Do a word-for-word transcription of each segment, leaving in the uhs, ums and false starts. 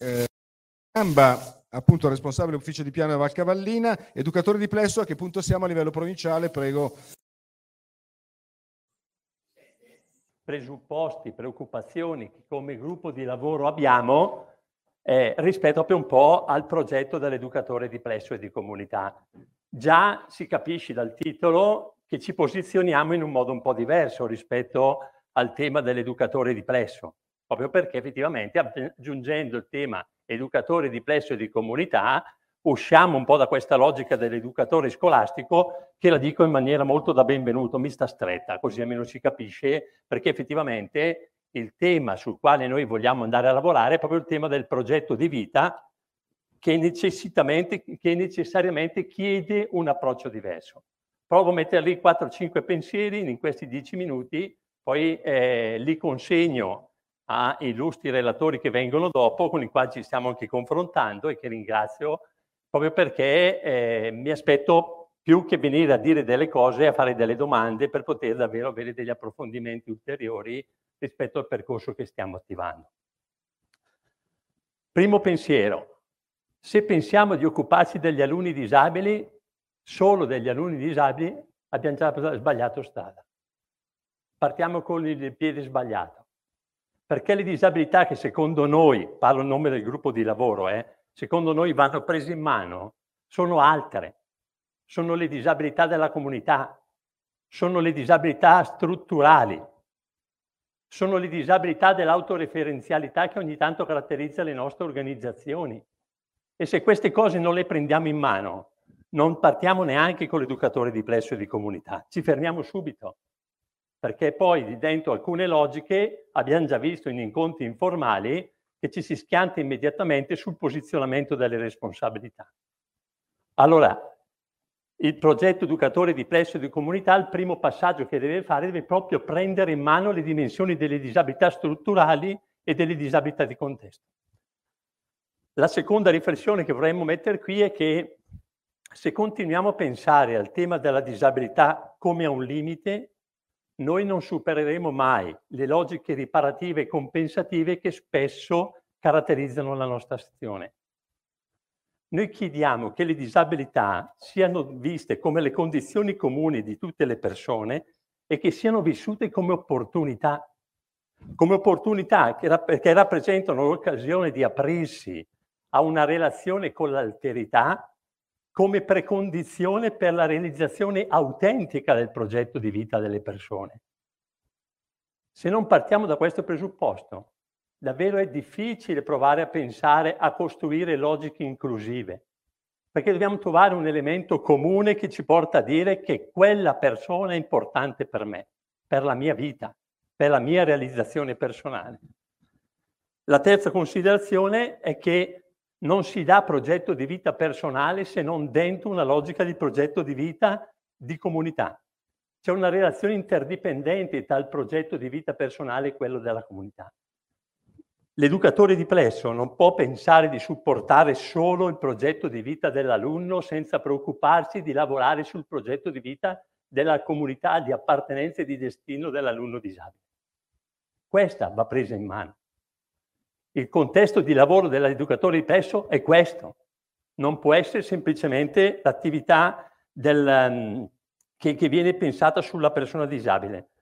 Eh, Gamba, appunto responsabile ufficio di piano Valcavallina, educatore di plesso, a che punto siamo a livello provinciale? Prego. Presupposti, preoccupazioni che come gruppo di lavoro abbiamo eh, rispetto proprio un po' al progetto dell'educatore di plesso e di comunità. Già si capisce dal titolo che ci posizioniamo in un modo un po' diverso rispetto al tema dell'educatore di plesso, proprio perché effettivamente aggiungendo il tema educatore di plesso e di comunità usciamo un po' da questa logica dell'educatore scolastico, che la dico in maniera molto da benvenuto, mi sta stretta, così almeno si capisce, perché effettivamente il tema sul quale noi vogliamo andare a lavorare è proprio il tema del progetto di vita che, necessitamente, che necessariamente chiede un approccio diverso. Provo a mettere lì quattro cinque pensieri in questi dieci minuti, poi eh, li consegno a illustri relatori che vengono dopo, con i quali ci stiamo anche confrontando e che ringrazio, proprio perché eh, mi aspetto più che venire a dire delle cose, a fare delle domande per poter davvero avere degli approfondimenti ulteriori rispetto al percorso che stiamo attivando. Primo pensiero: se pensiamo di occuparci degli alunni disabili, solo degli alunni disabili, abbiamo già sbagliato strada. Partiamo con il piede sbagliato. Perché le disabilità che secondo noi, parlo in nome del gruppo di lavoro, eh, secondo noi vanno prese in mano, sono altre. Sono le disabilità della comunità, sono le disabilità strutturali, sono le disabilità dell'autoreferenzialità che ogni tanto caratterizza le nostre organizzazioni. E se queste cose non le prendiamo in mano, non partiamo neanche con l'educatore di plesso e di comunità, ci fermiamo subito. Perché poi dentro alcune logiche abbiamo già visto in incontri informali che ci si schianta immediatamente sul posizionamento delle responsabilità. Allora, il progetto educatore di plesso e di comunità, il primo passaggio che deve fare deve proprio prendere in mano le dimensioni delle disabilità strutturali e delle disabilità di contesto. La seconda riflessione che vorremmo mettere qui è che se continuiamo a pensare al tema della disabilità come a un limite, noi non supereremo mai le logiche riparative e compensative che spesso caratterizzano la nostra azione. Noi chiediamo che le disabilità siano viste come le condizioni comuni di tutte le persone e che siano vissute come opportunità, come opportunità che, rapp- che rappresentano l'occasione di aprirsi a una relazione con l'alterità come precondizione per la realizzazione autentica del progetto di vita delle persone. Se non partiamo da questo presupposto, davvero è difficile provare a pensare a costruire logiche inclusive, perché dobbiamo trovare un elemento comune che ci porta a dire che quella persona è importante per me, per la mia vita, per la mia realizzazione personale. La terza considerazione è che non si dà progetto di vita personale se non dentro una logica di progetto di vita di comunità. C'è una relazione interdipendente tra il progetto di vita personale e quello della comunità. L'educatore di plesso non può pensare di supportare solo il progetto di vita dell'alunno senza preoccuparsi di lavorare sul progetto di vita della comunità di appartenenza e di destino dell'alunno disabile. Questa va presa in mano. Il contesto di lavoro dell'educatore di plesso è questo. Non può essere semplicemente l'attività del, um, che, che viene pensata sulla persona disabile.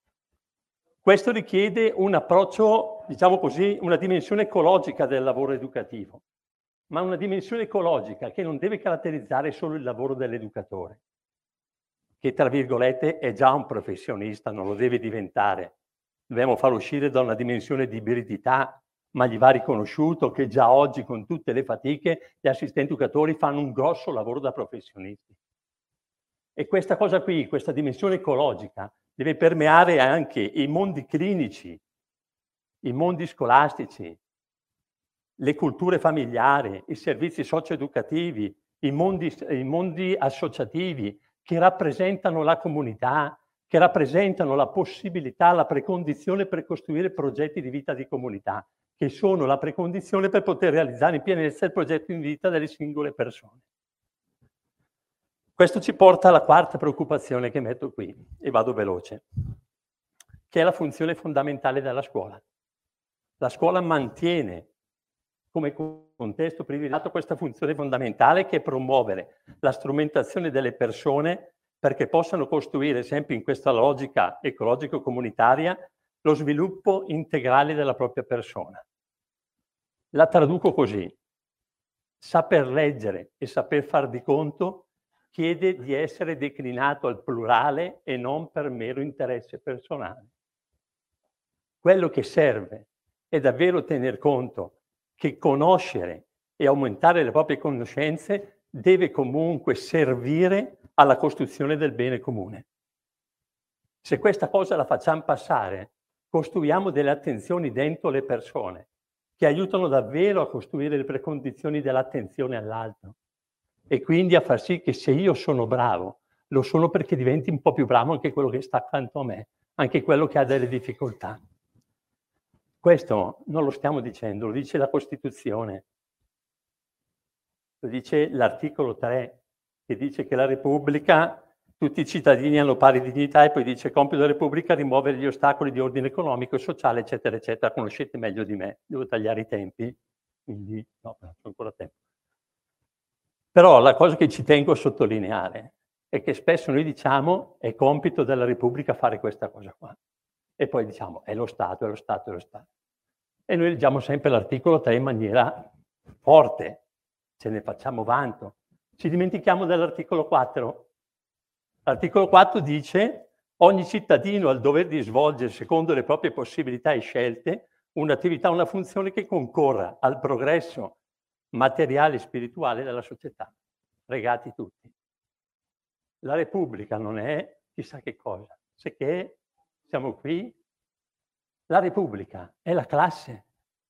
Questo richiede un approccio, diciamo così, una dimensione ecologica del lavoro educativo, ma una dimensione ecologica che non deve caratterizzare solo il lavoro dell'educatore, che tra virgolette è già un professionista, non lo deve diventare. Dobbiamo farlo uscire da una dimensione di ibridità, ma gli va riconosciuto che già oggi, con tutte le fatiche, gli assistenti educatori fanno un grosso lavoro da professionisti. E questa cosa qui, questa dimensione ecologica, deve permeare anche i mondi clinici, i mondi scolastici, le culture familiari, i servizi socio-educativi, i mondi, i mondi associativi che rappresentano la comunità, che rappresentano la possibilità, la precondizione per costruire progetti di vita di comunità, che sono la precondizione per poter realizzare in pienezza il progetto di vita delle singole persone. Questo ci porta alla quarta preoccupazione che metto qui, e vado veloce, che è la funzione fondamentale della scuola. La scuola mantiene come contesto privilegiato questa funzione fondamentale che è promuovere la strumentazione delle persone perché possano costruire, sempre in questa logica ecologico-comunitaria, lo sviluppo integrale della propria persona. La traduco così. Saper leggere e saper far di conto chiede di essere declinato al plurale e non per mero interesse personale. Quello che serve è davvero tener conto che conoscere e aumentare le proprie conoscenze deve comunque servire alla costruzione del bene comune. Se questa cosa la facciamo passare, costruiamo delle attenzioni dentro le persone che aiutano davvero a costruire le precondizioni dell'attenzione all'altro e quindi a far sì che se io sono bravo, lo sono perché diventi un po' più bravo anche quello che sta accanto a me, anche quello che ha delle difficoltà. Questo non lo stiamo dicendo, lo dice la Costituzione, lo dice l'articolo tre, che dice che la Repubblica, tutti i cittadini hanno pari dignità e poi dice compito della Repubblica rimuovere gli ostacoli di ordine economico e sociale, eccetera, eccetera. Conoscete meglio di me, devo tagliare i tempi, quindi no, c'è ancora tempo. Però la cosa che ci tengo a sottolineare è che spesso noi diciamo è compito della Repubblica fare questa cosa qua. E poi diciamo è lo Stato, è lo Stato, è lo Stato. E noi leggiamo sempre l'articolo tre in maniera forte, ce ne facciamo vanto. Ci dimentichiamo dell'articolo quattro. L'articolo quattro dice ogni cittadino ha il dovere di svolgere secondo le proprie possibilità e scelte un'attività, una funzione che concorra al progresso materiale e spirituale della società. Regati tutti. La Repubblica non è chissà che cosa, se che siamo qui. La Repubblica è la classe,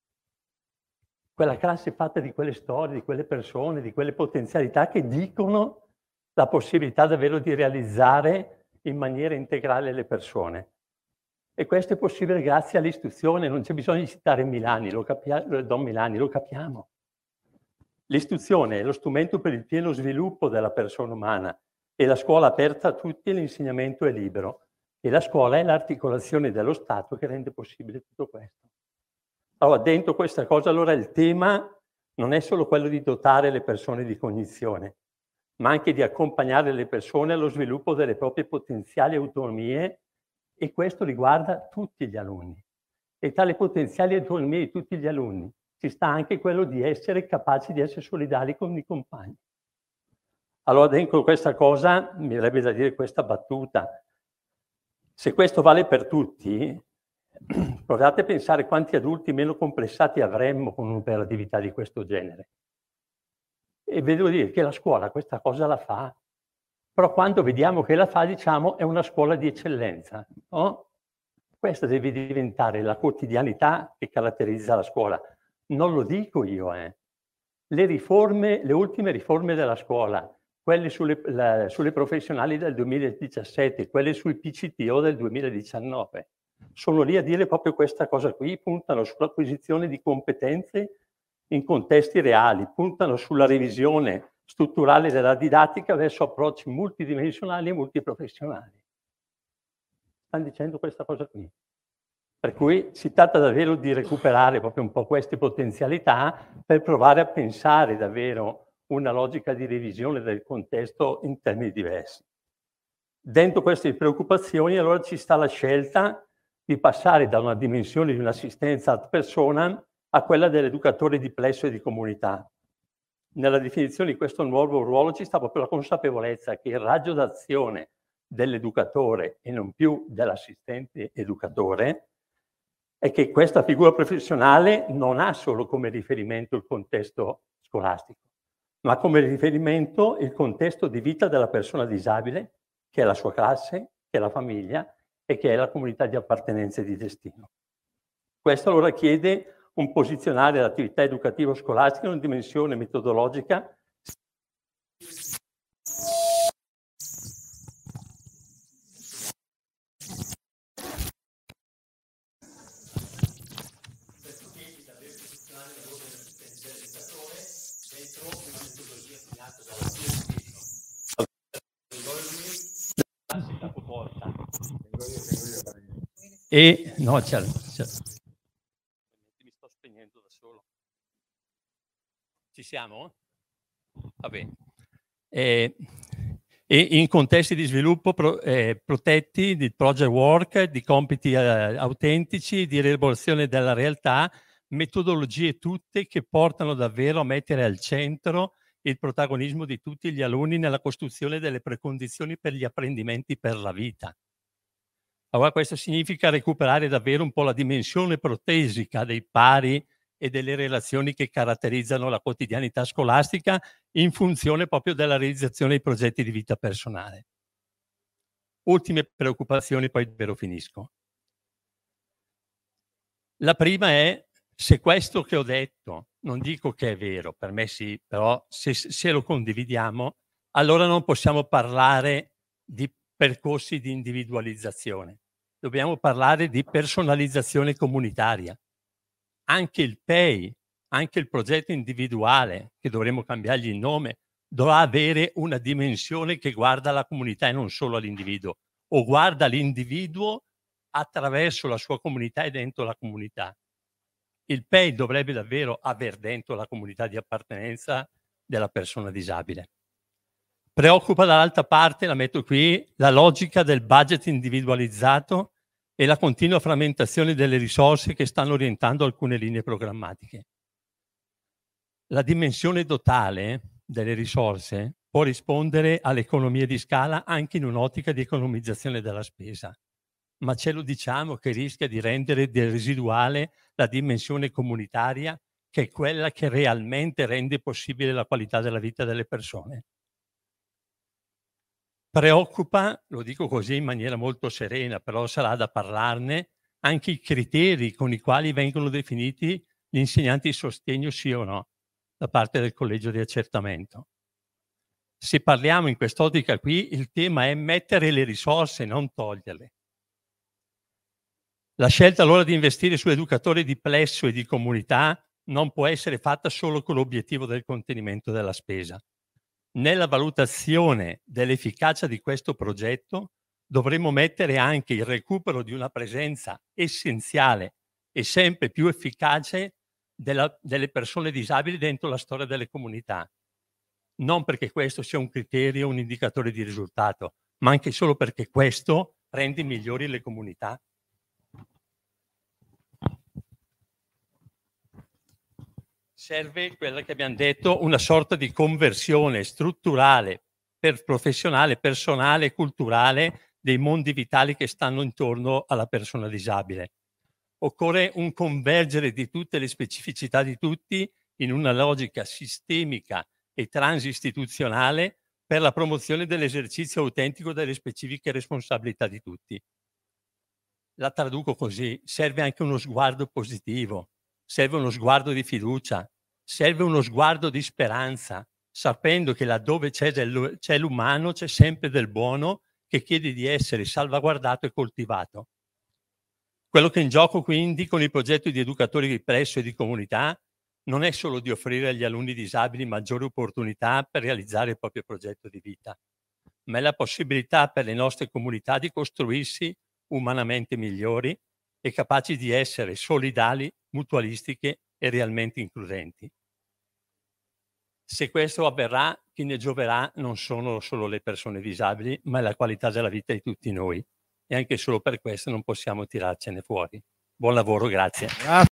quella classe fatta di quelle storie, di quelle persone, di quelle potenzialità che dicono la possibilità davvero di realizzare in maniera integrale le persone. E questo è possibile grazie all'istruzione, non c'è bisogno di citare Milani, lo capiamo, Don Milani, lo capiamo. L'istruzione è lo strumento per il pieno sviluppo della persona umana e la scuola aperta a tutti e l'insegnamento è libero. E la scuola è l'articolazione dello Stato che rende possibile tutto questo. Allora, dentro questa cosa, allora il tema non è solo quello di dotare le persone di cognizione, ma anche di accompagnare le persone allo sviluppo delle proprie potenziali autonomie, e questo riguarda tutti gli alunni. E tra le potenziali autonomie di tutti gli alunni ci sta anche quello di essere capaci di essere solidali con i compagni. Allora, dentro questa cosa, mi verrebbe da dire questa battuta. Se questo vale per tutti, provate a pensare quanti adulti meno complessati avremmo con un'operatività di questo genere. E vi devo dire che la scuola questa cosa la fa, però quando vediamo che la fa, diciamo, è una scuola di eccellenza, no? Questa deve diventare la quotidianità che caratterizza la scuola. Non lo dico io, eh. Le riforme, le ultime riforme della scuola, quelle sulle, la, sulle professionali del duemiladiciassette, quelle sul P C T O del duemiladiciannove, sono lì a dire proprio questa cosa qui, puntano sull'acquisizione di competenze in contesti reali, puntano sulla revisione strutturale della didattica verso approcci multidimensionali e multiprofessionali. Stanno dicendo questa cosa qui. Per cui si tratta davvero di recuperare proprio un po' queste potenzialità per provare a pensare davvero una logica di revisione del contesto in termini diversi. Dentro queste preoccupazioni allora ci sta la scelta di passare da una dimensione di un'assistenza ad persona a quella dell'educatore di plesso e di comunità. Nella definizione di questo nuovo ruolo ci sta proprio la consapevolezza che il raggio d'azione dell'educatore e non più dell'assistente educatore è che questa figura professionale non ha solo come riferimento il contesto scolastico, ma come riferimento il contesto di vita della persona disabile, che è la sua classe, che è la famiglia e che è la comunità di appartenenza e di destino. Questo allora chiede un posizionare l'attività educativa scolastica in una dimensione metodologica e no, c'è, c'è. Mi sto spegnendo da solo. Ci siamo? Va bene. Eh, e in contesti di sviluppo pro, eh, protetti, di project work, di compiti eh, autentici, di rielaborazione della realtà, metodologie tutte che portano davvero a mettere al centro il protagonismo di tutti gli alunni nella costruzione delle precondizioni per gli apprendimenti per la vita. Allora questo significa recuperare davvero un po' la dimensione protesica dei pari e delle relazioni che caratterizzano la quotidianità scolastica in funzione proprio della realizzazione dei progetti di vita personale. Ultime preoccupazioni, poi davvero finisco. La prima è se questo che ho detto, non dico che è vero, per me sì, però se, se lo condividiamo, allora non possiamo parlare di percorsi di individualizzazione. Dobbiamo parlare di personalizzazione comunitaria. Anche il P E I, anche il progetto individuale, che dovremmo cambiargli il nome, dovrà avere una dimensione che guarda la comunità e non solo all'individuo, o guarda l'individuo attraverso la sua comunità e dentro la comunità. Il P E I dovrebbe davvero aver dentro la comunità di appartenenza della persona disabile. Preoccupa dall'altra parte, la metto qui, la logica del budget individualizzato e la continua frammentazione delle risorse che stanno orientando alcune linee programmatiche. La dimensione totale delle risorse può rispondere alle economie di scala anche in un'ottica di economizzazione della spesa, ma ce lo diciamo che rischia di rendere residuale la dimensione comunitaria, che è quella che realmente rende possibile la qualità della vita delle persone. Preoccupa, lo dico così in maniera molto serena, però sarà da parlarne, anche i criteri con i quali vengono definiti gli insegnanti di sostegno sì o no, da parte del collegio di accertamento. Se parliamo in quest'ottica qui, il tema è mettere le risorse, non toglierle. La scelta allora di investire su educatori di plesso e di comunità non può essere fatta solo con l'obiettivo del contenimento della spesa. Nella valutazione dell'efficacia di questo progetto dovremo mettere anche il recupero di una presenza essenziale e sempre più efficace della, delle persone disabili dentro la storia delle comunità. Non perché questo sia un criterio, un indicatore di risultato, ma anche solo perché questo rende migliori le comunità. Serve quella che abbiamo detto, una sorta di conversione strutturale, per professionale, personale e culturale dei mondi vitali che stanno intorno alla persona disabile. Occorre un convergere di tutte le specificità di tutti in una logica sistemica e transistituzionale per la promozione dell'esercizio autentico delle specifiche responsabilità di tutti. La traduco così: serve anche uno sguardo positivo, serve uno sguardo di fiducia, serve uno sguardo di speranza, sapendo che laddove c'è l'umano c'è sempre del buono che chiede di essere salvaguardato e coltivato. Quello che è in gioco quindi con il progetto di educatori di plesso e di comunità non è solo di offrire agli alunni disabili maggiori opportunità per realizzare il proprio progetto di vita, ma è la possibilità per le nostre comunità di costruirsi umanamente migliori e capaci di essere solidali, mutualistiche e realmente includenti. Se questo avverrà, chi ne gioverà non sono solo le persone disabili, ma è la qualità della vita di tutti noi. E anche solo per questo non possiamo tirarcene fuori. Buon lavoro, grazie. Grazie.